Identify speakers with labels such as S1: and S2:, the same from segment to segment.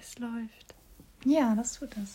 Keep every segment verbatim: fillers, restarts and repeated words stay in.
S1: Es läuft.
S2: Ja, das tut das.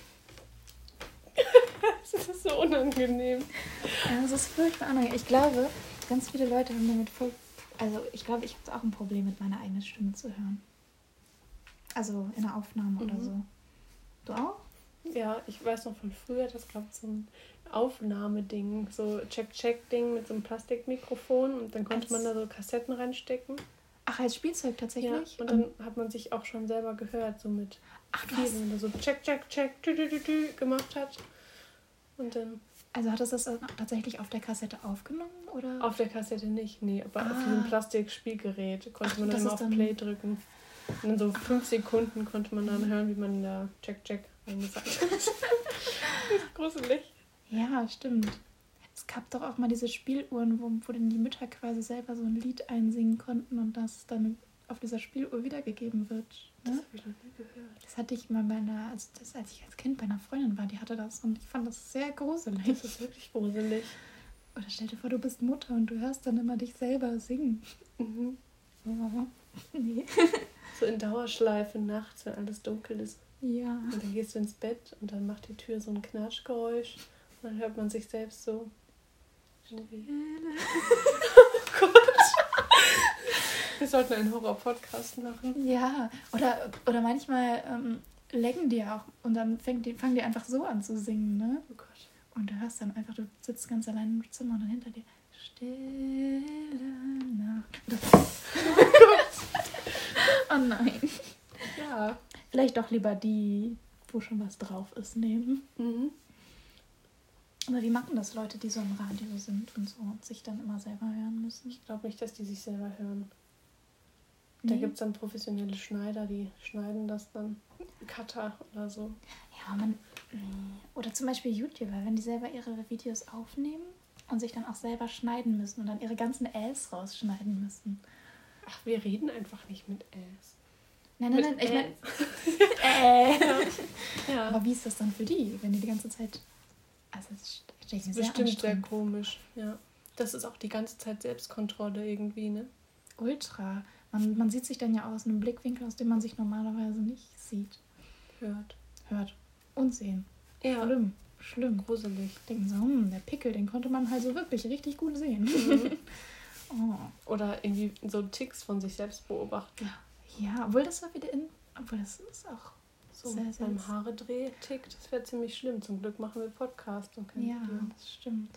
S1: Das ist so unangenehm.
S2: Ja, das ist furchtbar unangenehm. Ich glaube, ganz viele Leute haben damit voll... Also ich glaube, ich habe auch ein Problem mit meiner eigenen Stimme zu hören. Also in der Aufnahme mhm. oder so. Du auch?
S1: Ja, ich weiß noch von früher, das glaube ich so ein Aufnahmeding, so Check-Check-Ding mit so einem Plastikmikrofon und dann konnte als man da so Kassetten reinstecken.
S2: Ach, als Spielzeug tatsächlich?
S1: Ja, und dann und hat man sich auch schon selber gehört, so mit
S2: Ach,
S1: Vieren, so Check-Check-Check tü, tü, tü, tü, gemacht hat. Und dann...
S2: Also hat es das tatsächlich auf der Kassette aufgenommen, oder?
S1: Auf der Kassette nicht, nee, aber
S2: ah.
S1: auf diesem Plastikspielgerät konnte
S2: Ach,
S1: man dann immer auf
S2: dann...
S1: Play drücken. Und in so fünf Sekunden konnte man dann hören, wie man da Check-Check reingesagt hat. Das ist gruselig.
S2: Ja, stimmt. Es gab doch auch mal diese Spieluhren, wo, wo dann die Mütter quasi selber so ein Lied einsingen konnten und das dann auf dieser Spieluhr wiedergegeben wird. Ne?
S1: Das habe ich noch nie gehört.
S2: Das hatte ich mal bei einer, als, das, als ich als Kind bei einer Freundin war, die hatte das und ich fand das sehr gruselig.
S1: Das ist wirklich gruselig.
S2: Oder stell dir vor, du bist Mutter und du hörst dann immer dich selber singen.
S1: Mhm.
S2: Oh, nee.
S1: So in Dauerschleife nachts, wenn alles dunkel ist.
S2: Ja.
S1: Und dann gehst du ins Bett und dann macht die Tür so ein Knatschgeräusch und dann hört man sich selbst so. Oh Gott. Wir sollten einen Horror-Podcast machen.
S2: Ja, oder, oder manchmal ähm, lecken die auch und dann fängt die, fangen die einfach so an zu singen, ne?
S1: Oh Gott.
S2: Und du hörst dann einfach, du sitzt ganz allein im Zimmer und dann hinter dir Stille Nacht. Oh Gott. Oh nein.
S1: Ja.
S2: Vielleicht doch lieber die, wo schon was drauf ist, nehmen.
S1: Mhm.
S2: Aber wie machen das Leute, die so im Radio sind und so und sich dann immer selber hören müssen?
S1: Ich glaube nicht, dass die sich selber hören. Da nee. gibt es dann professionelle Schneider, die schneiden das dann. Cutter oder so.
S2: Ja, man. Oder zum Beispiel YouTuber, wenn die selber ihre Videos aufnehmen und sich dann auch selber schneiden müssen und dann ihre ganzen Äs rausschneiden müssen.
S1: Ach, wir reden einfach nicht mit Äs.
S2: Nein, nein,
S1: mit
S2: nein, ich meine. äh.
S1: ja. Ja.
S2: Aber wie ist das dann für die, wenn die die ganze Zeit. Also, das stelle ich mir sehr
S1: bestimmt sehr komisch, ja. Das ist auch die ganze Zeit Selbstkontrolle irgendwie, ne?
S2: Ultra. Man, man sieht sich dann ja aus einem Blickwinkel, aus dem man sich normalerweise nicht sieht.
S1: Hört.
S2: Hört. Und sehen.
S1: Ja.
S2: Schlimm. Schlimm.
S1: Gruselig.
S2: Denken so, hm, der Pickel, den konnte man halt so wirklich richtig gut sehen.
S1: Mhm.
S2: Oh.
S1: Oder irgendwie so Ticks von sich selbst beobachten.
S2: Ja, obwohl das war wieder in... Obwohl das ist auch
S1: so
S2: sehr, sehr...
S1: beim Haare-Dreh-Tick, das wäre ziemlich schlimm. Zum Glück machen wir Podcast und kein
S2: Ja,
S1: Video.
S2: das stimmt.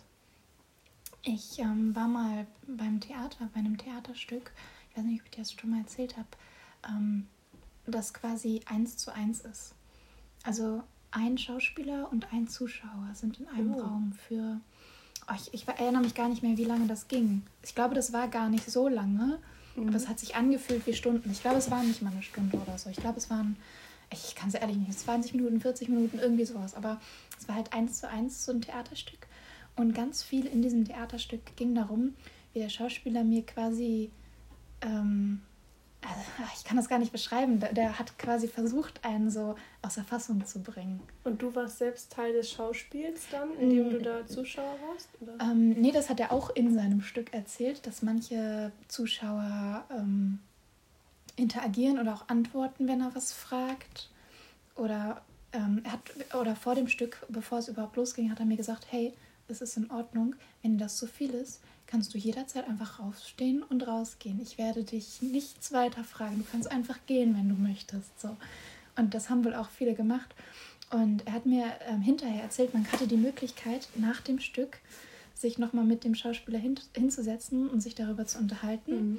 S2: Ich ähm, war mal beim Theater, bei einem Theaterstück, ich weiß nicht, ob ich dir das schon mal erzählt habe, ähm, das quasi eins zu eins ist. Also ein Schauspieler und ein Zuschauer sind in einem
S1: oh.
S2: Raum für... Oh, ich, ich erinnere mich gar nicht mehr, wie lange das ging. Ich glaube, das war gar nicht so lange, mhm. aber es hat sich angefühlt wie Stunden. Ich glaube, es war nicht mal eine Stunde oder so. Ich glaube, es waren, ich kann es ehrlich nicht, zwanzig Minuten, vierzig Minuten, irgendwie sowas. Aber es war halt eins zu eins so ein Theaterstück. Und ganz viel in diesem Theaterstück ging darum, wie der Schauspieler mir quasi... Ähm, also, ich kann das gar nicht beschreiben. Der, der hat quasi versucht, einen so außer Fassung zu bringen.
S1: Und du warst selbst Teil des Schauspiels dann, indem du da Zuschauer warst? Oder?
S2: Ähm, nee, das hat er auch in seinem Stück erzählt, dass manche Zuschauer ähm, interagieren oder auch antworten, wenn er was fragt. Oder, ähm, er hat, oder vor dem Stück, bevor es überhaupt losging, hat er mir gesagt, hey, es ist in Ordnung, wenn das zu viel ist, kannst du jederzeit einfach rausstehen und rausgehen. Ich werde dich nichts weiter fragen. Du kannst einfach gehen, wenn du möchtest. So. Und das haben wohl auch viele gemacht. Und er hat mir ähm, hinterher erzählt, man hatte die Möglichkeit, nach dem Stück sich nochmal mit dem Schauspieler hin, hinzusetzen und sich darüber zu unterhalten.
S1: Mhm.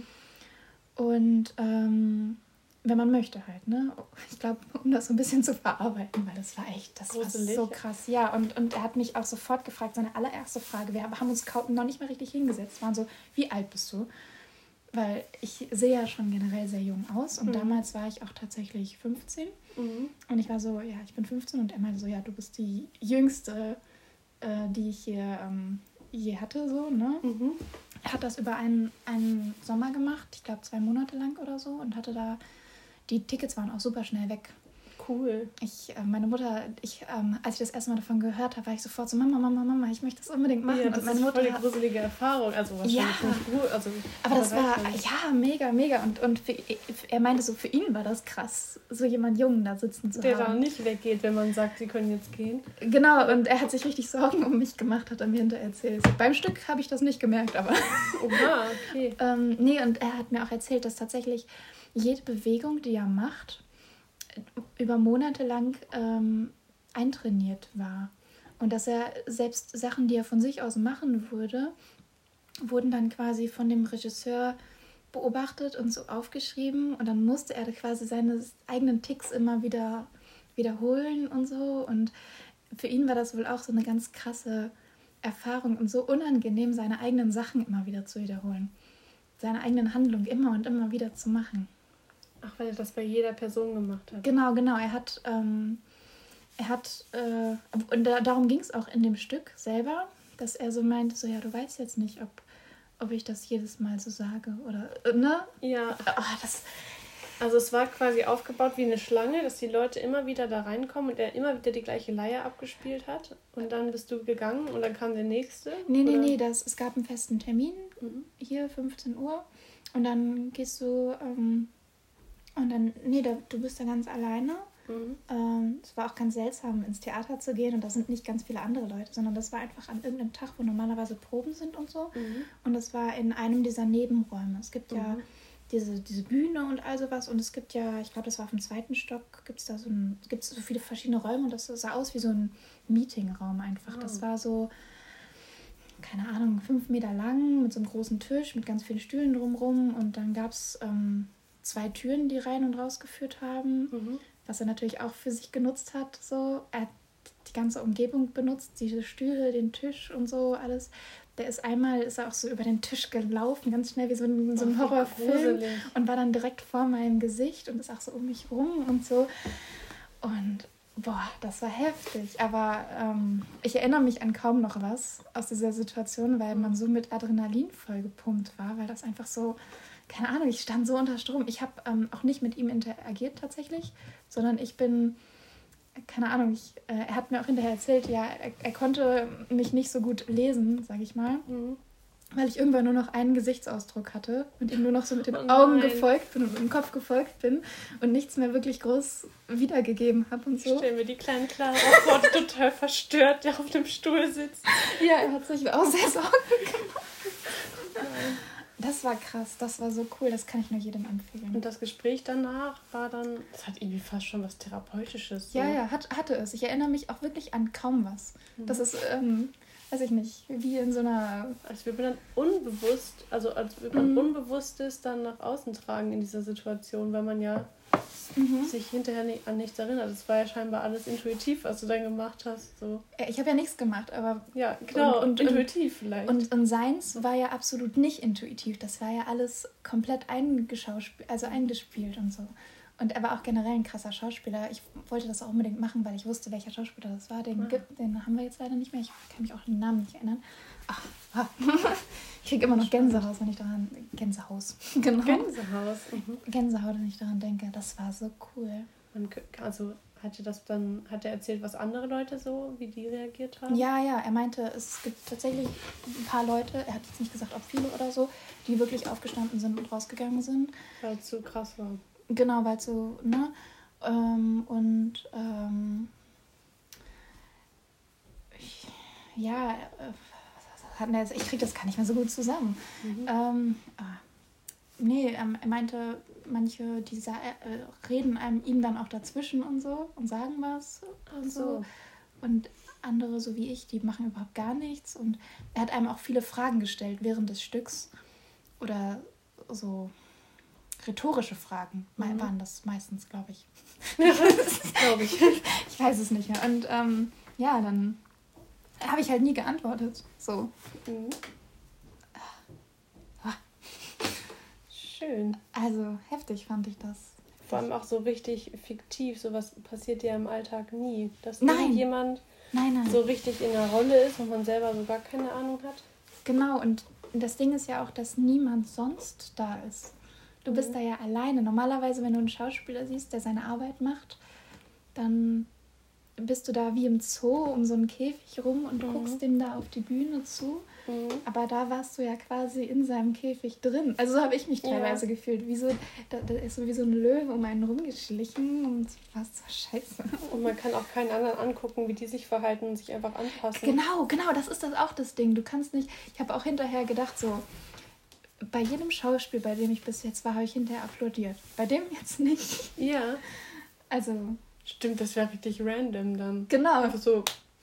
S2: Und ähm, wenn man möchte halt, ne? Ich glaube, um das so ein bisschen zu verarbeiten, weil das war echt, das
S1: gruselig.
S2: War so krass. Ja, und, und er hat mich auch sofort gefragt, seine allererste Frage, wir haben uns noch nicht mal richtig hingesetzt, waren so, wie alt bist du? Weil ich sehe ja schon generell sehr jung aus und mhm. damals war ich auch tatsächlich fünfzehn
S1: mhm.
S2: und ich war so, ja, ich bin fünfzehn und er meinte so, ja, du bist die Jüngste, äh, die ich hier ähm, je hatte, so, ne?
S1: Mhm.
S2: Er hat das über einen, einen Sommer gemacht, ich glaube zwei Monate lang oder so und hatte da, die Tickets waren auch super schnell weg.
S1: cool.
S2: Ich, äh, meine Mutter, ich, ähm, als ich das erste Mal davon gehört habe, war ich sofort so, Mama, Mama, Mama, ich möchte das unbedingt machen.
S1: Ja, das
S2: und meine
S1: ist
S2: Mutter
S1: voll die
S2: hat,
S1: gruselige Erfahrung. Also wahrscheinlich
S2: Ja.
S1: nicht gut. Also,
S2: aber das war,
S1: nicht.
S2: ja, mega, mega. Und, und für, er meinte so, für ihn war das krass, so jemand Jungen da sitzen zu
S1: Der
S2: haben.
S1: da nicht weggeht, wenn man sagt, sie können jetzt gehen.
S2: Genau, und er hat sich richtig Sorgen um mich gemacht, hat er mir hinterher erzählt. Beim Stück habe ich das nicht gemerkt, aber...
S1: Oha, okay.
S2: ähm, nee, und er hat mir auch erzählt, dass tatsächlich jede Bewegung, die er macht, über Monate lang ähm, eintrainiert war. Und dass er selbst Sachen, die er von sich aus machen würde, wurden dann quasi von dem Regisseur beobachtet und so aufgeschrieben. Und dann musste er quasi seine eigenen Ticks immer wieder wiederholen und so. Und für ihn war das wohl auch so eine ganz krasse Erfahrung und so unangenehm, seine eigenen Sachen immer wieder zu wiederholen. Seine eigenen Handlungen immer und immer wieder zu machen.
S1: Ach, weil er das bei jeder Person gemacht hat.
S2: Genau, genau. Er hat, ähm, er hat, äh, und da, darum ging es auch in dem Stück selber, dass er so meinte, so, ja, du weißt jetzt nicht, ob, ob ich das jedes Mal so sage oder, ne?
S1: Ja.
S2: Oh, das...
S1: Also es war quasi aufgebaut wie eine Schlange, dass die Leute immer wieder da reinkommen und er immer wieder die gleiche Leier abgespielt hat. Und dann bist du gegangen und dann kam der nächste.
S2: Nee, nee,
S1: oder?
S2: nee, das, es gab einen festen Termin,
S1: Mhm.
S2: hier fünfzehn Uhr. Und dann gehst du, ähm, und dann, nee, da, du bist da ganz alleine.
S1: Mhm.
S2: Ähm, es war auch ganz seltsam, ins Theater zu gehen und da sind nicht ganz viele andere Leute, sondern das war einfach an irgendeinem Tag, wo normalerweise Proben sind und so.
S1: Mhm.
S2: Und das war in einem dieser Nebenräume. Es gibt ja
S1: Mhm.
S2: diese, diese Bühne und all sowas und es gibt ja, ich glaube, das war auf dem zweiten Stock, gibt es da so ein, gibt es so viele verschiedene Räume und das sah aus wie so ein Meetingraum einfach.
S1: Oh.
S2: Das war so, keine Ahnung, fünf Meter lang mit so einem großen Tisch mit ganz vielen Stühlen drumrum und dann gab es ähm, zwei Türen, die rein und raus geführt haben,
S1: Mhm.
S2: was er natürlich auch für sich genutzt hat. So. Er hat die ganze Umgebung benutzt, diese Stühle, den Tisch und so, alles. Der ist einmal, ist er auch so über den Tisch gelaufen, ganz schnell wie so ein, so ein
S1: Ach, wie
S2: Horrorfilm
S1: gruselig.
S2: und war dann direkt vor meinem Gesicht und ist auch so um mich rum und so. Und boah, das war heftig. Aber ähm, ich erinnere mich an kaum noch was aus dieser Situation, weil man so mit Adrenalin vollgepumpt war, weil das einfach so, keine Ahnung, ich stand so unter Strom. Ich habe ähm, auch nicht mit ihm interagiert tatsächlich, sondern ich bin, keine Ahnung, ich, äh, er hat mir auch hinterher erzählt, ja, er, er konnte mich nicht so gut lesen, sage ich mal,
S1: Mhm.
S2: weil ich irgendwann nur noch einen Gesichtsausdruck hatte und ihm nur noch so mit den
S1: Oh
S2: Augen
S1: nein.
S2: gefolgt bin und mit dem Kopf gefolgt bin und nichts mehr wirklich groß wiedergegeben habe und
S1: Ich
S2: so.
S1: stelle mir die kleine Clara vor, die total verstört, der auf dem Stuhl sitzt.
S2: Ja, er hat sich auch sehr Sorgen gemacht.
S1: Nein.
S2: Das war krass, das war so cool, das kann ich nur jedem empfehlen.
S1: Und das Gespräch danach war dann, das hat irgendwie fast schon was Therapeutisches. So.
S2: Ja, ja, hat, hatte es. Ich erinnere mich auch wirklich an kaum was.
S1: Mhm.
S2: Das ist, ähm, weiß ich nicht, wie in so einer...
S1: Als würde man dann unbewusst, also als würde man
S2: Mhm.
S1: Unbewusstes dann nach außen tragen in dieser Situation, weil man ja
S2: Mhm.
S1: sich hinterher nicht, an nichts erinnert. Das war ja scheinbar alles intuitiv, was du dann gemacht hast. So.
S2: Ich habe ja nichts gemacht, aber...
S1: Ja, genau,
S2: Und- und-
S1: intuitiv vielleicht.
S2: Und, und seins war ja absolut nicht intuitiv. Das war ja alles komplett eingeschauspielt, also eingespielt und so. Und er war auch generell ein krasser Schauspieler. Ich wollte das auch unbedingt machen, weil ich wusste, welcher Schauspieler das war. Den,
S1: Ah.
S2: gibt, den haben wir jetzt leider nicht mehr. Ich kann mich auch an den Namen nicht erinnern. Ach, ah. Ich kriege immer noch Gänsehaut, wenn ich daran... Gänsehaus. Genau.
S1: Gänsehaus. Mhm.
S2: Gänsehaut, wenn ich daran denke. Das war so cool.
S1: Man, k- also hat er das dann, hat er erzählt, was andere Leute so, wie die reagiert haben?
S2: Ja, ja, er meinte, es gibt tatsächlich ein paar Leute, er hat jetzt nicht gesagt, ob viele oder so, die wirklich aufgestanden sind und rausgegangen sind.
S1: Weil es zu krass war.
S2: Genau, weil so, ne? Ähm, und ähm, ich, ja, äh, was hat denn er jetzt? Ich kriege das gar nicht mehr so gut zusammen.
S1: Mhm.
S2: Ähm, ah, nee, ähm, er meinte, manche, die sa- äh, reden einem ihm dann auch dazwischen und so und sagen was und so.
S1: so.
S2: Und andere, so wie ich, die machen überhaupt gar nichts. Und er hat einem auch viele Fragen gestellt während des Stücks. Oder so rhetorische Fragen
S1: Mhm.
S2: waren das meistens, glaube ich.
S1: Glaube ich.
S2: Ich weiß es nicht mehr. Und ähm, ja, dann habe ich halt nie geantwortet. So.
S1: Mhm.
S2: Ah.
S1: Schön.
S2: Also heftig fand ich das.
S1: Vor allem auch so richtig fiktiv. Sowas passiert ja im Alltag nie. Dass
S2: Nein.
S1: irgendjemand
S2: Nein, nein.
S1: so richtig in der Rolle ist und man selber so gar keine Ahnung hat.
S2: Genau, und das Ding ist ja auch, dass niemand sonst da ist. Du bist
S1: Mhm.
S2: da ja alleine. Normalerweise, wenn du einen Schauspieler siehst, der seine Arbeit macht, dann bist du da wie im Zoo um so einen Käfig rum und mhm. guckst dem da auf die Bühne zu. Mhm. Aber da warst du ja quasi in seinem Käfig drin. Also so habe ich mich teilweise ja. gefühlt. Wie so, da, da ist so wie so ein Löwe um einen rumgeschlichen und was so scheiße.
S1: Und man kann auch keinen anderen angucken, wie die sich verhalten und sich einfach anpassen.
S2: Genau, genau, das ist das auch das Ding. Du kannst nicht, ich habe auch hinterher gedacht so, bei jedem Schauspiel, bei dem ich bis jetzt war, habe ich hinterher applaudiert. Bei dem jetzt nicht.
S1: Ja.
S2: Also...
S1: Stimmt, das wäre richtig random dann.
S2: Genau.
S1: Einfach so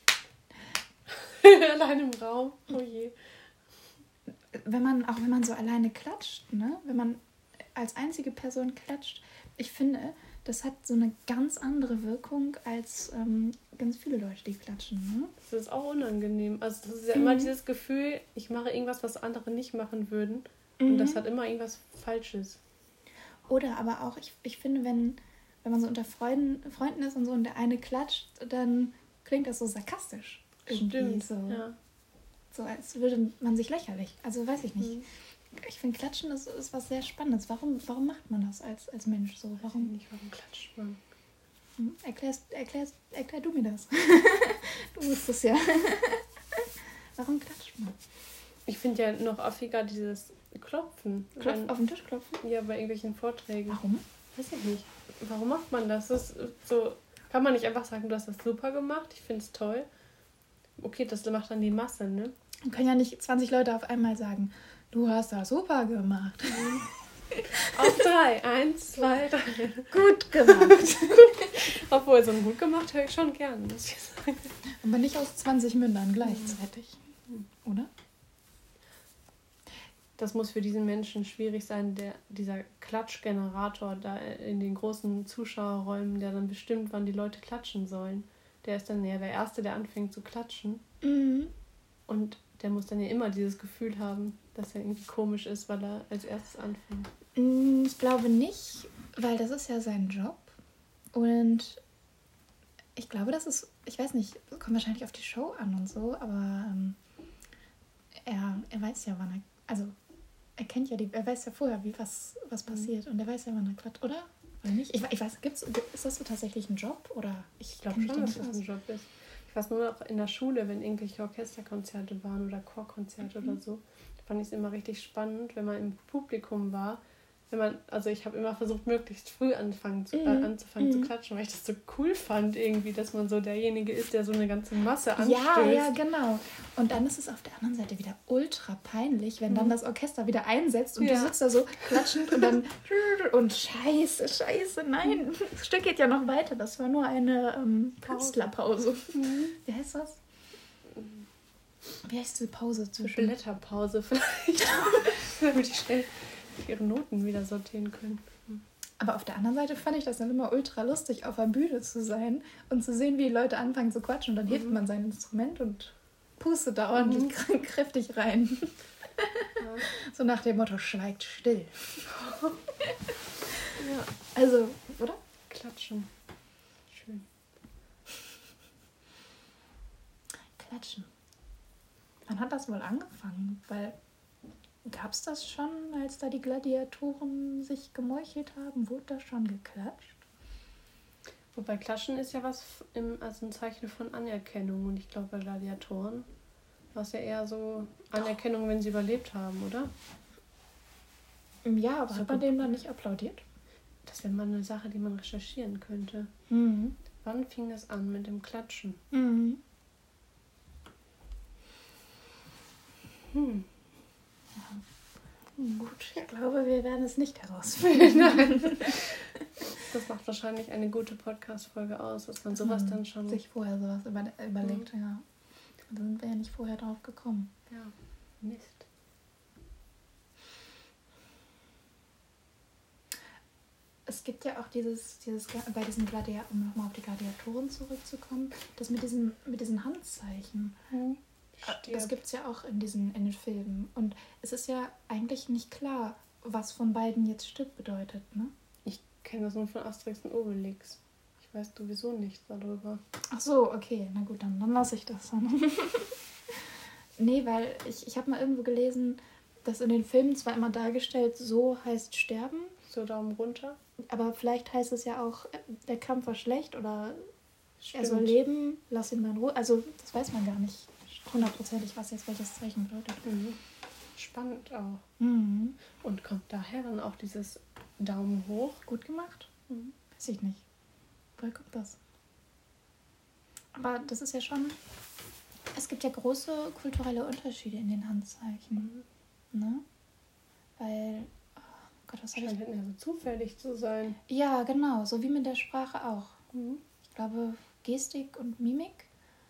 S1: allein im Raum. Oh je.
S2: Wenn man, auch wenn man so alleine klatscht, ne? Wenn man als einzige Person klatscht, ich finde, das hat so eine ganz andere Wirkung als ähm, ganz viele Leute, die klatschen. Ne?
S1: Das ist auch unangenehm. Also das ist ja mhm. immer dieses Gefühl, ich mache irgendwas, was andere nicht machen würden. Mhm. Und das hat immer irgendwas Falsches.
S2: Oder aber auch, ich, ich finde, wenn... Wenn man so unter Freunden, Freunden ist und so und der eine klatscht, dann klingt das so sarkastisch.
S1: Stimmt,
S2: so,
S1: ja.
S2: So als würde man sich lächerlich. Also weiß ich nicht. Mhm. Ich finde, Klatschen ist, ist was sehr Spannendes. Warum, warum macht man das als, als Mensch so? Warum?
S1: Ich weiß nicht, warum klatscht man?
S2: Hm, erklärst, erklärst, erklär du mir das. Du wusstest ja. Warum klatscht man?
S1: Ich finde ja noch affiger dieses Klopfen.
S2: Klopf, Wenn, auf den Tisch klopfen?
S1: Ja, bei irgendwelchen Vorträgen.
S2: Warum?
S1: Weiß ich nicht. Warum macht man das? Das ist so, kann man nicht einfach sagen, du hast das super gemacht, ich finde es toll. Okay, das macht dann die Masse, ne?
S2: Man kann ja nicht zwanzig Leute auf einmal sagen, du hast das super gemacht.
S1: Auf drei. Eins, zwei, drei.
S2: Gut gemacht.
S1: Obwohl, so ein gut gemacht höre ich schon gern, muss ich sagen.
S2: Aber nicht aus zwanzig Mündern gleichzeitig. Mhm. Oder?
S1: Das muss für diesen Menschen schwierig sein, der, dieser Klatschgenerator da in den großen Zuschauerräumen, der dann bestimmt, wann die Leute klatschen sollen. Der ist dann ja der Erste, der anfängt zu klatschen.
S2: Mhm.
S1: Und der muss dann ja immer dieses Gefühl haben, dass er irgendwie komisch ist, weil er als erstes anfängt.
S2: Ich glaube nicht, weil das ist ja sein Job. Und ich glaube, das ist, ich weiß nicht, kommt wahrscheinlich auf die Show an und so, aber ähm, er, er weiß ja, wann er, also er kennt ja die, er weiß ja vorher, wie was, was passiert und er weiß ja, wann er klatscht, oder? Oder nicht? Ich, ich weiß, gibt's, ist das so tatsächlich ein Job? Oder ich,
S1: ich glaube schon, dass das ein Job ist. Ich weiß nur noch in der Schule, wenn irgendwelche Orchesterkonzerte waren oder Chorkonzerte mhm. oder so, fand ich es immer richtig spannend, wenn man im Publikum war. Wenn man, also ich habe immer versucht, möglichst früh anfangen zu, äh, anzufangen mm. zu klatschen, weil ich das so cool fand irgendwie, dass man so derjenige ist, der so eine ganze Masse anstößt.
S2: Ja, ja, genau. Und dann ist es auf der anderen Seite wieder ultra peinlich, wenn mm. dann das Orchester wieder einsetzt und ja. du sitzt da so klatschend und dann und scheiße, scheiße, nein, das Stück geht ja noch weiter. Das war nur eine ähm, Künstlerpause. Mhm. Wie heißt das? Wie heißt diese Pause zwischen?
S1: Blätterpause vielleicht. Damit ich schnell ihre Noten wieder sortieren können.
S2: Aber auf der anderen Seite fand ich das dann immer ultra lustig, auf der Bühne zu sein und zu sehen, wie die Leute anfangen zu quatschen. Und dann mhm. hebt man sein Instrument und pustet da ordentlich mhm. kräftig rein. Ja. So nach dem Motto, schweigt still.
S1: Ja.
S2: Also, oder?
S1: Klatschen. Schön.
S2: Klatschen. Wann hat das wohl angefangen? Weil gab es das schon, als da die Gladiatoren sich gemeuchelt haben? Wurde da schon geklatscht?
S1: Wobei Klatschen ist ja was im, also ein Zeichen von Anerkennung. Und ich glaube, bei Gladiatoren war es ja eher so Anerkennung, wenn sie überlebt haben, oder?
S2: Ja, aber so hat man dem dann nicht applaudiert?
S1: Das wäre mal eine Sache, die man recherchieren könnte.
S2: Mhm.
S1: Wann fing das an mit dem Klatschen?
S2: Mhm.
S1: Hm.
S2: Ja. Gut, ich glaube, wir werden es nicht herausfinden.
S1: Nein. Das macht wahrscheinlich eine gute Podcast-Folge aus, dass man sowas
S2: hm,
S1: dann schon...
S2: sich vorher sowas über, überlegt, mhm. ja. Da sind wir ja nicht vorher drauf gekommen.
S1: Ja, Mist.
S2: Es gibt ja auch dieses, dieses bei diesen Gladiatoren, um nochmal auf die Gladiatoren zurückzukommen, das mit diesen, mit diesen Handzeichen.
S1: Mhm.
S2: Stirb. Das gibt es ja auch in, diesen, in den Filmen. Und es ist ja eigentlich nicht klar, was von beiden jetzt stirbt bedeutet, ne?
S1: Ich kenne das nur von Asterix und Obelix. Ich weiß sowieso nichts darüber.
S2: Ach so, okay. Na gut, dann, dann lasse ich das. Nee, weil ich, ich habe mal irgendwo gelesen, dass in den Filmen zwar immer dargestellt, so heißt sterben,
S1: So Daumen runter.
S2: Aber vielleicht heißt es ja auch, der Kampf war schlecht oder
S1: Stimmt.
S2: er soll leben, lass ihn mal in Ruhe. Also das weiß man gar nicht hundertprozentig, was jetzt welches Zeichen bedeutet.
S1: Mhm. Spannend auch.
S2: Mhm.
S1: Und kommt daher dann auch dieses Daumen hoch?
S2: Gut gemacht? Mhm. Weiß ich nicht. Woher kommt das? Aber das ist ja schon... Es gibt ja große kulturelle Unterschiede in den Handzeichen. Mhm. Ne? Weil... Oh Gott, was habe ich...
S1: Scheint ja so zufällig zu sein.
S2: Ja, genau. So wie mit der Sprache auch.
S1: Mhm.
S2: Ich glaube, Gestik und Mimik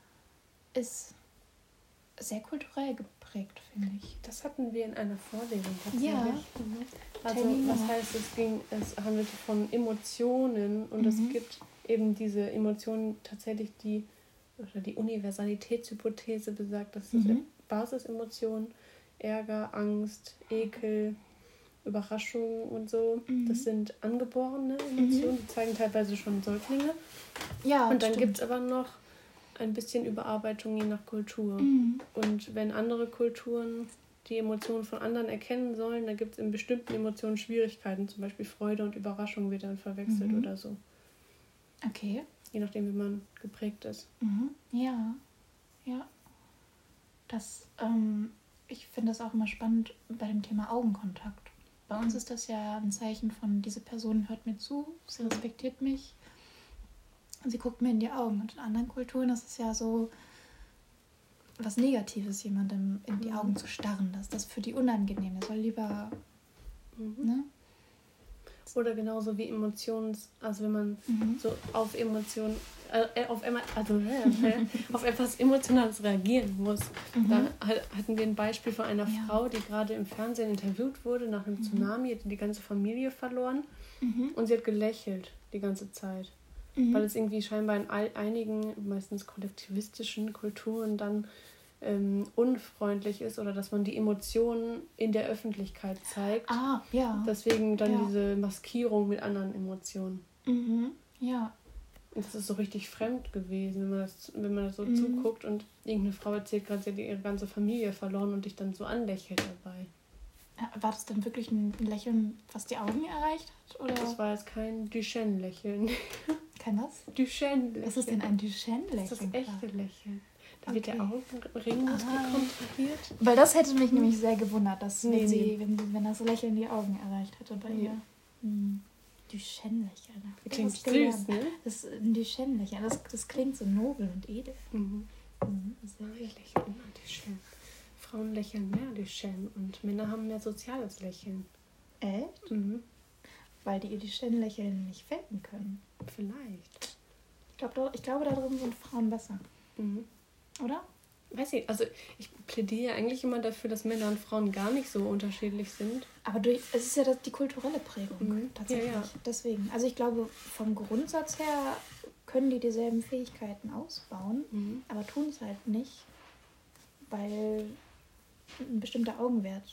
S2: ist sehr kulturell geprägt, finde ich.
S1: Das hatten wir in einer Vorlesung tatsächlich.
S2: Ja.
S1: Mhm. Also
S2: Tell me
S1: was
S2: more.
S1: heißt, es ging, es handelte von Emotionen und
S2: Mhm.
S1: es gibt eben diese Emotionen tatsächlich, die, oder die Universalitätshypothese besagt, dass es
S2: Mhm.
S1: Basisemotionen, Ärger, Angst, Ekel, Überraschung und so,
S2: Mhm.
S1: das sind angeborene Emotionen, die zeigen teilweise schon Säuglinge.
S2: Ja,
S1: Und dann
S2: stimmt.
S1: gibt es aber noch ein bisschen Überarbeitung je nach Kultur.
S2: Mhm.
S1: Und wenn andere Kulturen die Emotionen von anderen erkennen sollen, dann gibt es in bestimmten Emotionen Schwierigkeiten. Zum Beispiel Freude und Überraschung wird dann verwechselt
S2: Mhm.
S1: oder so.
S2: Okay.
S1: Je nachdem, wie man geprägt ist.
S2: Mhm. Ja. Ja. Das, ähm, ich finde das auch immer spannend bei dem Thema Augenkontakt. Bei uns ist das ja ein Zeichen von, diese Person hört mir zu, sie respektiert mich und sie guckt mir in die Augen. Und in anderen Kulturen ist es ja so was Negatives, jemandem in die
S1: Mhm.
S2: Augen zu starren. Das ist das für die unangenehm. Der soll lieber,
S1: Mhm.
S2: ne?
S1: Oder genauso wie Emotions... Also wenn man
S2: Mhm.
S1: so auf Emotionen... Äh, auf, emo- also, äh, auf etwas Emotionales reagieren muss.
S2: Mhm.
S1: Da ha- hatten wir ein Beispiel von einer
S2: Ja.
S1: Frau, die gerade im Fernsehen interviewt wurde nach einem
S2: Mhm.
S1: Tsunami, hatte die ganze Familie verloren
S2: Mhm.
S1: und sie hat gelächelt die ganze Zeit.
S2: Mhm.
S1: Weil es irgendwie scheinbar in all, einigen, meistens kollektivistischen Kulturen dann ähm, unfreundlich ist oder dass man die Emotionen in der Öffentlichkeit zeigt.
S2: Ah, ja.
S1: Deswegen dann
S2: Ja.
S1: diese Maskierung mit anderen Emotionen.
S2: Mhm. Ja.
S1: Und das ist so richtig fremd gewesen, wenn man das, wenn man das so
S2: Mhm.
S1: zuguckt und irgendeine Frau erzählt gerade, sie hat ihre ganze Familie verloren und dich dann so anlächelt dabei.
S2: War das denn wirklich ein Lächeln, was die Augen erreicht hat? Oder?
S1: Das war jetzt kein Duchenne-Lächeln.
S2: Kein was?
S1: Duchenne-Lächeln.
S2: Was ist denn ein Duchenne-Lächeln?
S1: Das ist das echte Lächeln. Da wird der
S2: Okay.
S1: Augenringmuskel
S2: Ah.
S1: kontrahiert.
S2: Weil das hätte mich nämlich sehr gewundert, dass
S1: Nee,
S2: wenn, sie,
S1: nee.
S2: wenn, sie, wenn das Lächeln die Augen erreicht hätte bei
S1: Nee.
S2: ihr. Hm. Duchenne-Lächeln. Hab ich
S1: Klingt
S2: was gelernt.
S1: süß, ne?
S2: Das ist ein Duchenne-Lächeln. Das, das klingt so nobel und edel.
S1: Mhm.
S2: Mhm. Sehr
S1: Ich lächle immer Duchenne. Frauen lächeln mehr Duchenne und Männer haben mehr soziales Lächeln.
S2: Echt?
S1: Mhm.
S2: Weil die ihr Duchenne-Lächeln nicht faken können.
S1: Vielleicht.
S2: Ich, glaub, ich glaube, da drin sind Frauen besser.
S1: Mhm.
S2: Oder?
S1: Weiß ich, also ich plädiere eigentlich immer dafür, dass Männer und Frauen gar nicht so unterschiedlich sind.
S2: Aber durch, es ist ja das, die kulturelle Prägung
S1: Mhm.
S2: tatsächlich.
S1: Ja, ja.
S2: Deswegen. Also ich glaube, vom Grundsatz her können die dieselben Fähigkeiten ausbauen,
S1: Mhm.
S2: aber tun es halt nicht, weil ein bestimmter Augenwert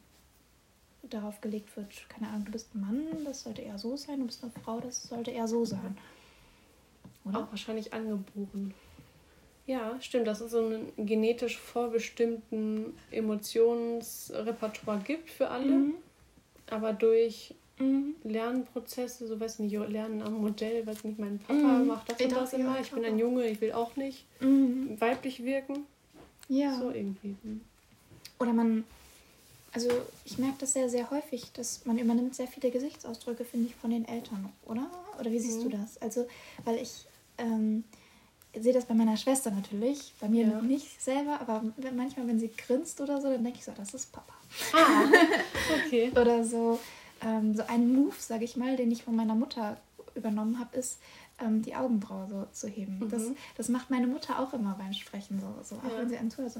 S2: darauf gelegt wird. Keine Ahnung, du bist ein Mann, das sollte eher so sein, du bist eine Frau, das sollte eher so sein. Oder?
S1: Auch wahrscheinlich angeboren. Ja, stimmt, dass es so einen genetisch vorbestimmten Emotionsrepertoire gibt für alle,
S2: Mhm.
S1: aber durch
S2: Mhm.
S1: Lernprozesse, so weiß nicht, Lernen am Modell, weiß nicht, mein Papa
S2: Mhm.
S1: macht das
S2: Ich
S1: und
S2: dachte,
S1: das
S2: ja,
S1: immer,
S2: ich
S1: ich bin
S2: auch.
S1: ein Junge, ich will auch nicht
S2: Mhm.
S1: weiblich wirken,
S2: Ja.
S1: so irgendwie. Mhm.
S2: Oder man, also ich merke das sehr, sehr häufig, dass man übernimmt sehr viele Gesichtsausdrücke, finde ich, von den Eltern, oder? Oder wie siehst
S1: Mhm.
S2: du das? Also, weil ich ähm, sehe das bei meiner Schwester natürlich, bei mir
S1: Ja.
S2: nicht selber, aber wenn- manchmal, wenn sie grinst oder so, dann denke ich so, das ist Papa.
S1: Ah, okay.
S2: Oder so, ähm, so ein Move, sage ich mal, den ich von meiner Mutter übernommen habe, ist, ähm, die Augenbraue so zu heben.
S1: Mhm.
S2: Das, das macht meine Mutter auch immer beim Sprechen so. so auch
S1: Ja.
S2: wenn sie einem zuhört, so,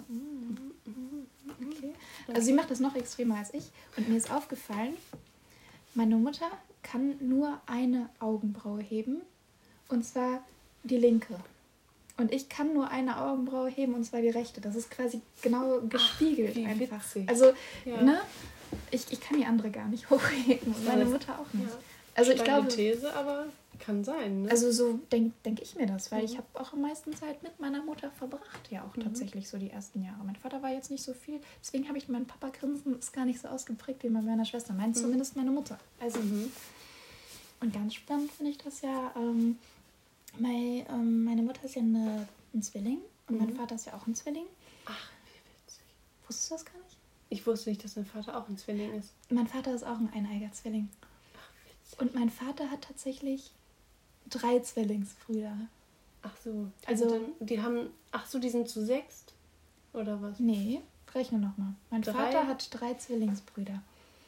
S2: mm, okay. Also sie macht das noch extremer als ich. Und mir ist aufgefallen, meine Mutter kann nur eine Augenbraue heben, und zwar die linke. Und ich kann nur eine Augenbraue heben, und zwar die rechte. Das ist quasi genau gespiegelt
S1: wie
S2: einfach.
S1: witzig.
S2: Also,
S1: Ja.
S2: ne? Ich, ich kann die andere gar nicht hochheben. Und meine
S1: das-
S2: Mutter auch nicht.
S1: Ja.
S2: Also ich
S1: Steile
S2: glaube,
S1: These, aber Kann sein, ne?
S2: Also so denke denk ich mir das, weil
S1: mhm.
S2: ich habe auch am meisten Zeit mit meiner Mutter verbracht, ja auch mhm. tatsächlich so die ersten Jahre. Mein Vater war jetzt nicht so viel, deswegen habe ich mein Papa-Grinsen ist gar nicht so ausgeprägt wie bei meiner Schwester, meint mhm. zumindest meine Mutter. Also mhm. Und ganz spannend finde ich das ja, ähm, mein, ähm, meine Mutter ist ja eine, ein Zwilling und mhm. mein Vater ist ja auch ein Zwilling.
S1: Ach, wie witzig.
S2: Wusstest du das gar nicht?
S1: Ich wusste nicht, dass mein Vater auch ein Zwilling ist.
S2: Mein Vater ist auch ein eineiiger Zwilling.
S1: Ach, witzig.
S2: Und mein Vater hat tatsächlich drei Zwillingsbrüder.
S1: Ach so. Die
S2: also
S1: dann, die haben, ach so, die sind zu sechst? Oder was?
S2: Nee, rechne nochmal. Mein drei? Vater hat drei Zwillingsbrüder.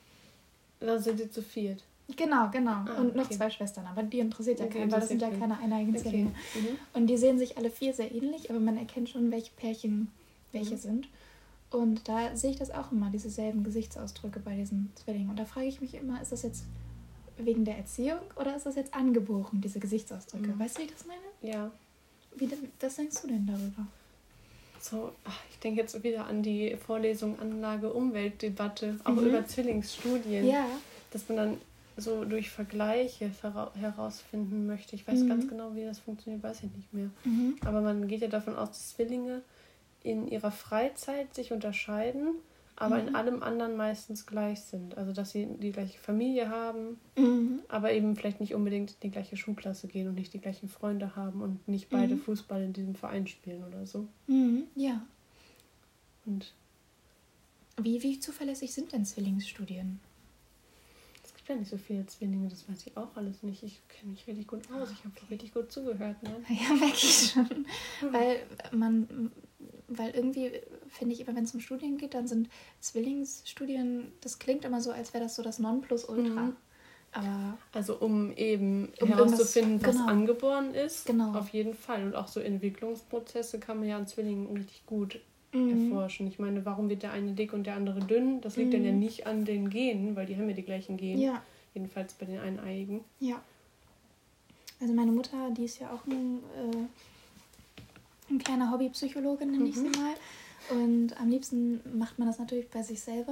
S1: Da sind sie zu viert.
S2: Genau, genau. Ah, und noch okay. zwei Schwestern, aber die interessiert ja
S1: okay,
S2: keinen, weil das sind ja keine eineiigen
S1: okay.
S2: Zwillinge. Mhm. Und die sehen sich alle vier sehr ähnlich, aber man erkennt schon, welche Pärchen welche mhm. sind. Und da sehe ich das auch immer, diese selben Gesichtsausdrücke bei diesen Zwillingen. Und da frage ich mich immer, ist das jetzt wegen der Erziehung oder ist das jetzt angeboren, diese Gesichtsausdrücke? Mhm. Weißt du, wie ich das meine?
S1: Ja.
S2: Wie, was denkst du denn darüber?
S1: So, ach, ich denke jetzt wieder an die Vorlesung Anlage-Umwelt-Debatte, auch mhm. über Zwillingsstudien.
S2: Ja.
S1: Dass man dann so durch Vergleiche herausfinden möchte. Ich weiß mhm. ganz genau, wie das funktioniert, weiß ich nicht mehr.
S2: Mhm.
S1: Aber man geht ja davon aus, dass Zwillinge in ihrer Freizeit sich unterscheiden, aber mhm. in allem anderen meistens gleich sind. Also, dass sie die gleiche Familie haben,
S2: mhm.
S1: aber eben vielleicht nicht unbedingt in die gleiche Schulklasse gehen und nicht die gleichen Freunde haben und nicht beide mhm. Fußball in diesem Verein spielen oder so.
S2: Mhm. Ja.
S1: Und
S2: wie, wie zuverlässig sind denn Zwillingsstudien?
S1: Es gibt ja nicht so viele Zwillinge, das weiß ich auch alles nicht. Ich kenne mich richtig gut aus, ich habe richtig gut zugehört. Ne?
S2: Ja, merke ich schon. Mhm. Weil man... Weil irgendwie, finde ich, immer wenn es um Studien geht, dann sind Zwillingsstudien, das klingt immer so, als wäre das so das Nonplusultra. Mhm. Aber
S1: also um eben
S2: um
S1: herauszufinden, was
S2: genau.
S1: angeboren ist,
S2: genau.
S1: auf jeden Fall. Und auch so Entwicklungsprozesse kann man ja an Zwillingen richtig gut mhm. erforschen. Ich meine, warum wird der eine dick und der andere dünn? Das liegt mhm. dann ja nicht an den Genen, weil die haben ja die gleichen Gene.
S2: Ja.
S1: Jedenfalls bei den Eineiigen.
S2: Ja. Also meine Mutter, die ist ja auch ein... Äh, ein kleiner Hobbypsychologe, nenne mhm. ich sie mal. Und am liebsten macht man das natürlich bei sich selber.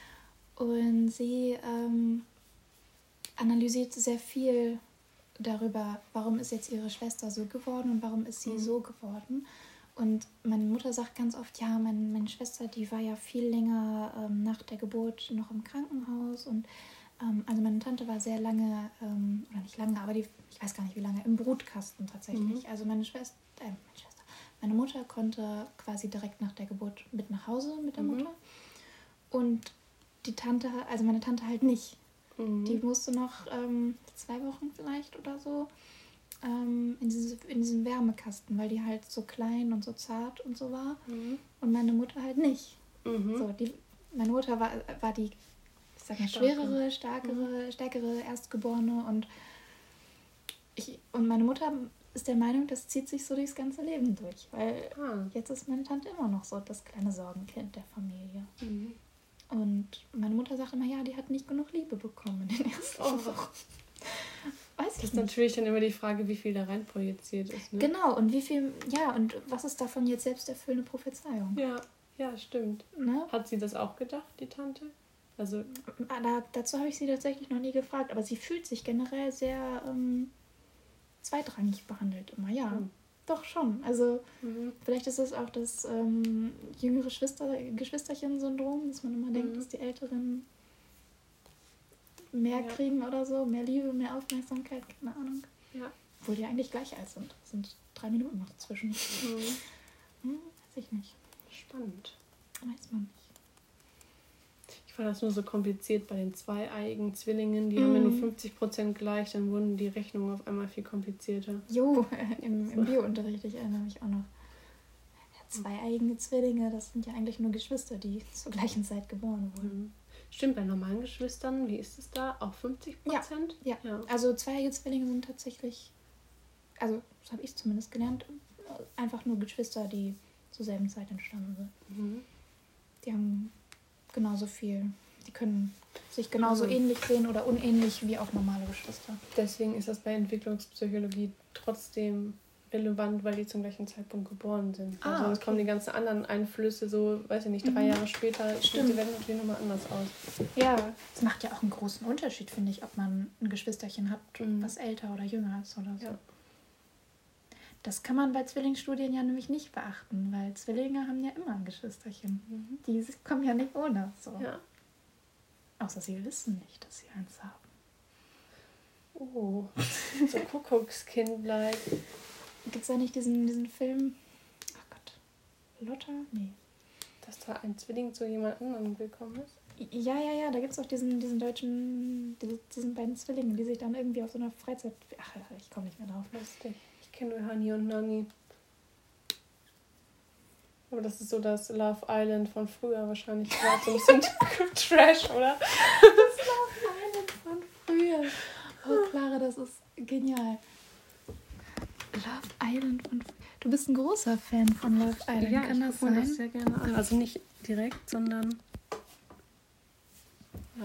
S2: Und sie ähm, analysiert sehr viel darüber, warum ist jetzt ihre Schwester so geworden und warum ist sie mhm. so geworden. Und meine Mutter sagt ganz oft, ja, mein, meine Schwester, die war ja viel länger ähm, nach der Geburt noch im Krankenhaus. Und ähm, also meine Tante war sehr lange, ähm, oder nicht lange, aber die, ich weiß gar nicht wie lange, im Brutkasten tatsächlich. Mhm. Also meine Schwester, äh, meine Schwester, Meine Mutter konnte quasi direkt nach der Geburt mit nach Hause mit der mhm. Mutter. Und die Tante, also meine Tante halt nicht. Mhm. Die musste noch ähm, zwei Wochen vielleicht oder so ähm, in, diese, in diesem Wärmekasten, weil die halt so klein und so zart und so war. Mhm. Und meine Mutter halt nicht. Mhm. So, die, meine Mutter war, war die, ich sag mal, schwerere, stärkere, mhm. stärkere Erstgeborene. Und, ich, und meine Mutter... ist der Meinung, das zieht sich so durchs ganze Leben durch. Weil ah. jetzt ist meine Tante immer noch so das kleine Sorgenkind der Familie. Mhm. Und meine Mutter sagt immer, ja, die hat nicht genug Liebe bekommen in den ersten
S1: oh.
S2: Wochen. Weiß ich
S1: das ist
S2: nicht.
S1: natürlich dann immer die Frage, wie viel da rein projiziert ist. Ne?
S2: Genau, und wie viel, ja, und was ist davon jetzt selbsterfüllende Prophezeiung?
S1: Ja, ja, stimmt.
S2: Ne?
S1: Hat sie das auch gedacht, die Tante? Also
S2: da, dazu habe ich sie tatsächlich noch nie gefragt, aber sie fühlt sich generell sehr... Ähm, zweitrangig behandelt immer, ja. Mhm. Doch schon. Also mhm. vielleicht ist es auch das ähm, jüngere Schwester, Geschwisterchen-Syndrom, dass man immer mhm. denkt, dass die Älteren mehr ja. kriegen oder so, mehr Liebe, mehr Aufmerksamkeit, keine Ahnung.
S1: Ja.
S2: Obwohl die eigentlich gleich alt sind. Das sind drei Minuten noch dazwischen. Mhm. Hm, weiß ich nicht.
S1: Spannend.
S2: Weiß man nicht.
S1: Ich fand das nur so kompliziert bei den zweieiigen Zwillingen. Die mm. haben ja nur fünfzig Prozent gleich, dann wurden die Rechnungen auf einmal viel komplizierter.
S2: Jo, im, im Biounterricht, ich erinnere mich auch noch. Ja, zweieigene Zwillinge, das sind ja eigentlich nur Geschwister, die zur gleichen Zeit geboren wurden.
S1: Mhm. Stimmt, bei normalen Geschwistern, wie ist es da? Auch fünfzig Prozent?
S2: Ja, ja. ja. Also zweieige Zwillinge sind tatsächlich, also das habe ich zumindest gelernt, einfach nur Geschwister, die zur selben Zeit entstanden sind.
S1: Mhm.
S2: Die haben genauso viel. Die können sich genauso mhm. ähnlich sehen oder unähnlich wie auch normale Geschwister.
S1: Deswegen ist das bei Entwicklungspsychologie trotzdem relevant, weil die zum gleichen Zeitpunkt geboren sind.
S2: Ah,
S1: also sonst
S2: okay.
S1: kommen die ganzen anderen Einflüsse so, weiß ich nicht, drei
S2: Mhm.
S1: Jahre später,
S2: Stimmt.
S1: die werden natürlich nochmal anders aus.
S2: Ja, es macht ja auch einen großen Unterschied, finde ich, ob man ein Geschwisterchen hat,
S1: Mhm.
S2: was älter oder jünger ist oder so.
S1: Ja.
S2: Das kann man bei Zwillingsstudien ja nämlich nicht beachten, weil Zwillinge haben ja immer ein Geschwisterchen.
S1: Mhm.
S2: Die kommen ja nicht ohne. So.
S1: Ja.
S2: Außer sie wissen nicht, dass sie eins haben.
S1: Oh, so Kuckuckskind-like.
S2: Gibt es da nicht diesen, diesen Film? Ach Gott. Lotta? Nee.
S1: Dass da ein Zwilling zu jemand anderem gekommen ist.
S2: Ja, ja, ja, da gibt es auch diesen, diesen deutschen, diese, diesen beiden Zwillingen, die sich dann irgendwie auf so einer Freizeit... Ach, ich komme nicht mehr drauf.
S1: Lustig. Ich kenne nur Hani und Nani. Aber das ist so das Love Island von früher wahrscheinlich. War so ein bisschen Trash, oder?
S2: Das Love Island von früher. Oh, Clara, das ist genial. Love Island von früher. Du bist ein großer Fan von Love Island,
S1: Ja,
S2: kann
S1: ich
S2: das
S1: guck mir
S2: sein?
S1: das sehr gerne an. Also nicht direkt, sondern... Ja.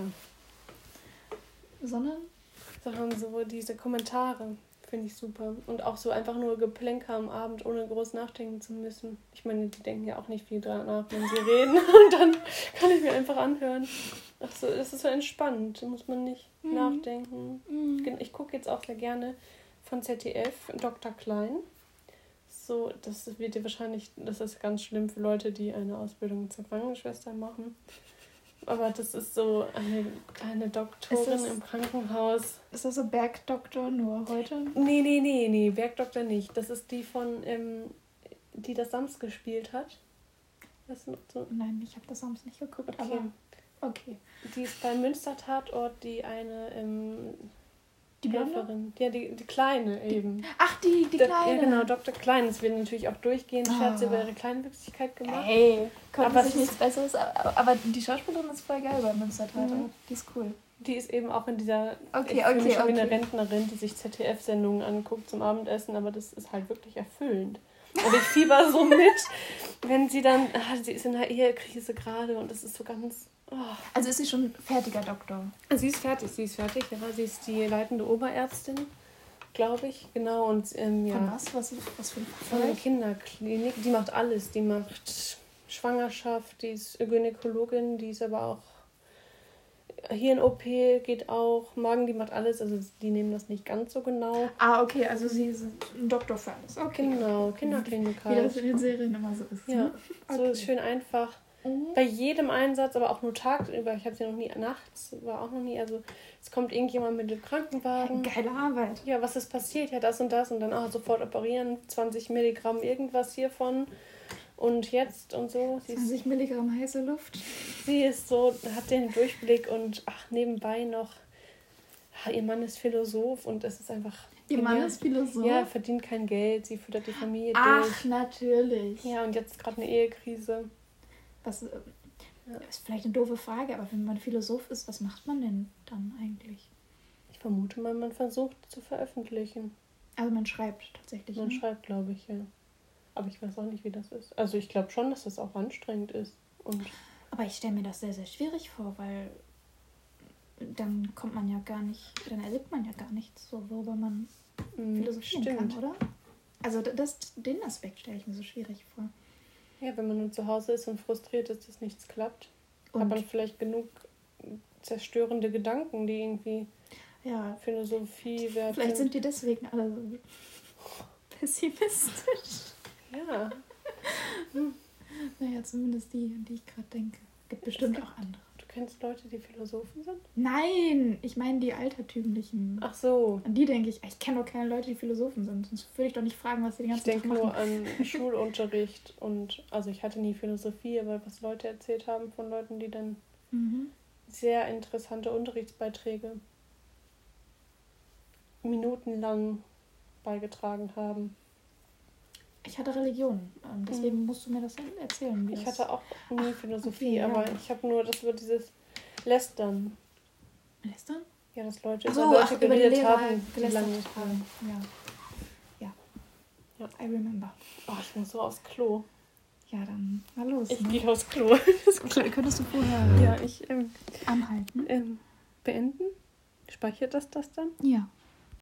S2: Sondern?
S1: Sondern so diese Kommentare finde ich super. Und auch so einfach nur Geplänker am Abend, ohne groß nachdenken zu müssen. Ich meine, die denken ja auch nicht viel dran nach, wenn sie reden. Und dann kann ich mir einfach anhören. Ach so, das ist so entspannt. Da muss man nicht
S2: Mhm.
S1: nachdenken.
S2: Mhm.
S1: Ich gucke jetzt auch sehr gerne von Z D F Doktor Klein. So, das wird dir wahrscheinlich, das ist ganz schlimm für Leute, die eine Ausbildung zur Krankenschwester machen. Aber das ist so eine kleine Doktorin
S2: Ist das-
S1: im Krankenhaus.
S2: Ist das so Bergdoktor nur heute?
S1: Nee, nee, nee, nee, Bergdoktor nicht. Das ist die von, ähm, die das Sams gespielt hat. Weißt du noch so?
S2: Nein, ich habe das sonst nicht geguckt,
S1: Okay.
S2: aber okay.
S1: Die ist beim Münster-Tatort die eine ähm,
S2: Die Blonde?
S1: Helferin. Ja, die, die Kleine eben.
S2: Ach, die, die
S1: Da-
S2: Kleine.
S1: Ja, genau, Doktor Klein. Es wird natürlich auch durchgehend
S2: Ah.
S1: Scherze über ihre Kleinwüchsigkeit gemacht.
S2: Ey, konnte
S1: Aber
S2: sich
S1: es
S2: nichts Besseres. Aber, aber die Schauspielerin ist voll geil beim Münster-Tatort.
S1: Mhm.
S2: Die ist cool.
S1: Die ist eben auch in dieser,
S2: Okay,
S1: ich fühle
S2: okay,
S1: mich schon wie eine
S2: okay.
S1: Rentnerin, die sich Z D F-Sendungen anguckt zum Abendessen, aber das ist halt wirklich erfüllend. Und ich fieber so mit, wenn sie dann, ah, sie ist in einer Ehekrise gerade und das ist so ganz, oh.
S2: Also ist sie schon fertiger Doktor?
S1: Sie ist fertig, sie ist fertig, ja, sie ist die leitende Oberärztin, glaube ich, genau, und ähm, ja.
S2: Von was? Was, was für ein
S1: Von der
S2: Fachbereich?
S1: Kinderklinik, die macht alles, die macht Schwangerschaft, die ist Gynäkologin, die ist aber auch Hirn-O P geht auch, Magen, die macht alles, also die nehmen das nicht ganz so genau.
S2: Ah, okay, also sie sind ein Doktor für alles. Okay.
S1: Genau, Kinderklinik
S2: Wie das
S1: halt.
S2: in den Serien immer so ist.
S1: Ja,
S2: Ne?
S1: so
S2: Okay.
S1: ist schön einfach.
S2: Mhm.
S1: Bei jedem Einsatz, aber auch nur tagsüber, ich habe sie noch nie nachts, war auch noch nie, also es kommt irgendjemand mit dem Krankenwagen.
S2: Geile Arbeit.
S1: Ja, was ist passiert? Ja, das und das und dann auch sofort operieren, zwanzig Milligramm irgendwas hiervon und jetzt und so. Sie ist,
S2: zwanzig Milligramm heiße Luft.
S1: sie ist so, hat den Durchblick und ach, nebenbei noch, ah, ihr Mann ist Philosoph und es ist einfach...
S2: Ihr Mann
S1: genial.
S2: ist Philosoph?
S1: Ja, verdient kein Geld, sie füttert die Familie
S2: Ach,
S1: durch.
S2: natürlich.
S1: Ja, und jetzt gerade eine Ehekrise.
S2: Was, äh,
S1: Ja.
S2: ist vielleicht eine doofe Frage, aber wenn man Philosoph ist, was macht man denn dann eigentlich?
S1: Ich vermute mal, man versucht zu veröffentlichen.
S2: Also man schreibt tatsächlich.
S1: Man
S2: ne?
S1: schreibt, glaube ich, ja. Aber ich weiß auch nicht, wie das ist. Also ich glaube schon, dass das auch anstrengend ist. Und
S2: Aber ich stelle mir das sehr, sehr schwierig vor, weil dann kommt man ja gar nicht, dann erlebt man ja gar nichts, so worüber man
S1: mh,
S2: philosophieren kann, oder? Also d- das, den Aspekt stelle ich mir so schwierig vor.
S1: Ja, wenn man nur zu Hause ist und frustriert ist, dass nichts klappt, hat
S2: Und
S1: man vielleicht genug zerstörende Gedanken, die irgendwie
S2: ja,
S1: Philosophie werden.
S2: vielleicht sind die deswegen alle so pessimistisch.
S1: Ja,
S2: Naja, zumindest die, an die ich gerade denke. Gibt bestimmt auch andere.
S1: du kennst Leute, die Philosophen sind?
S2: Nein, ich meine die altertümlichen.
S1: Ach so.
S2: An die denke ich, ich kenne doch keine Leute, die Philosophen sind. Sonst würde ich doch nicht fragen, was sie den
S1: Ich
S2: ganzen Tag
S1: denke
S2: machen.
S1: nur an Schulunterricht und, also ich hatte nie Philosophie, aber was Leute erzählt haben von Leuten, die dann
S2: Mhm.
S1: sehr interessante Unterrichtsbeiträge minutenlang beigetragen haben.
S2: Ich hatte Religion, ähm, deswegen musst du mir das erzählen. Wie
S1: Ich
S2: das
S1: hatte auch nie
S2: Ach,
S1: Philosophie,
S2: okay, ja.
S1: aber ich habe nur das über dieses Lästern.
S2: Lästern?
S1: Ja, dass Leute
S2: Ach so,
S1: über
S2: ach,
S1: Leute
S2: über die
S1: geredet
S2: Lehrer
S1: haben, die
S2: gelästert
S1: lange
S2: haben. Ja. Ja.
S1: Ja.
S2: I remember.
S1: Oh, ich muss so aufs Klo.
S2: Ja, dann mal los.
S1: Ich
S2: ne?
S1: gehe aufs Klo.
S2: K- Könntest du vorher
S1: Ja, ich ähm,
S2: anhalten?
S1: ähm, beenden. Speichert das das dann?
S2: Ja.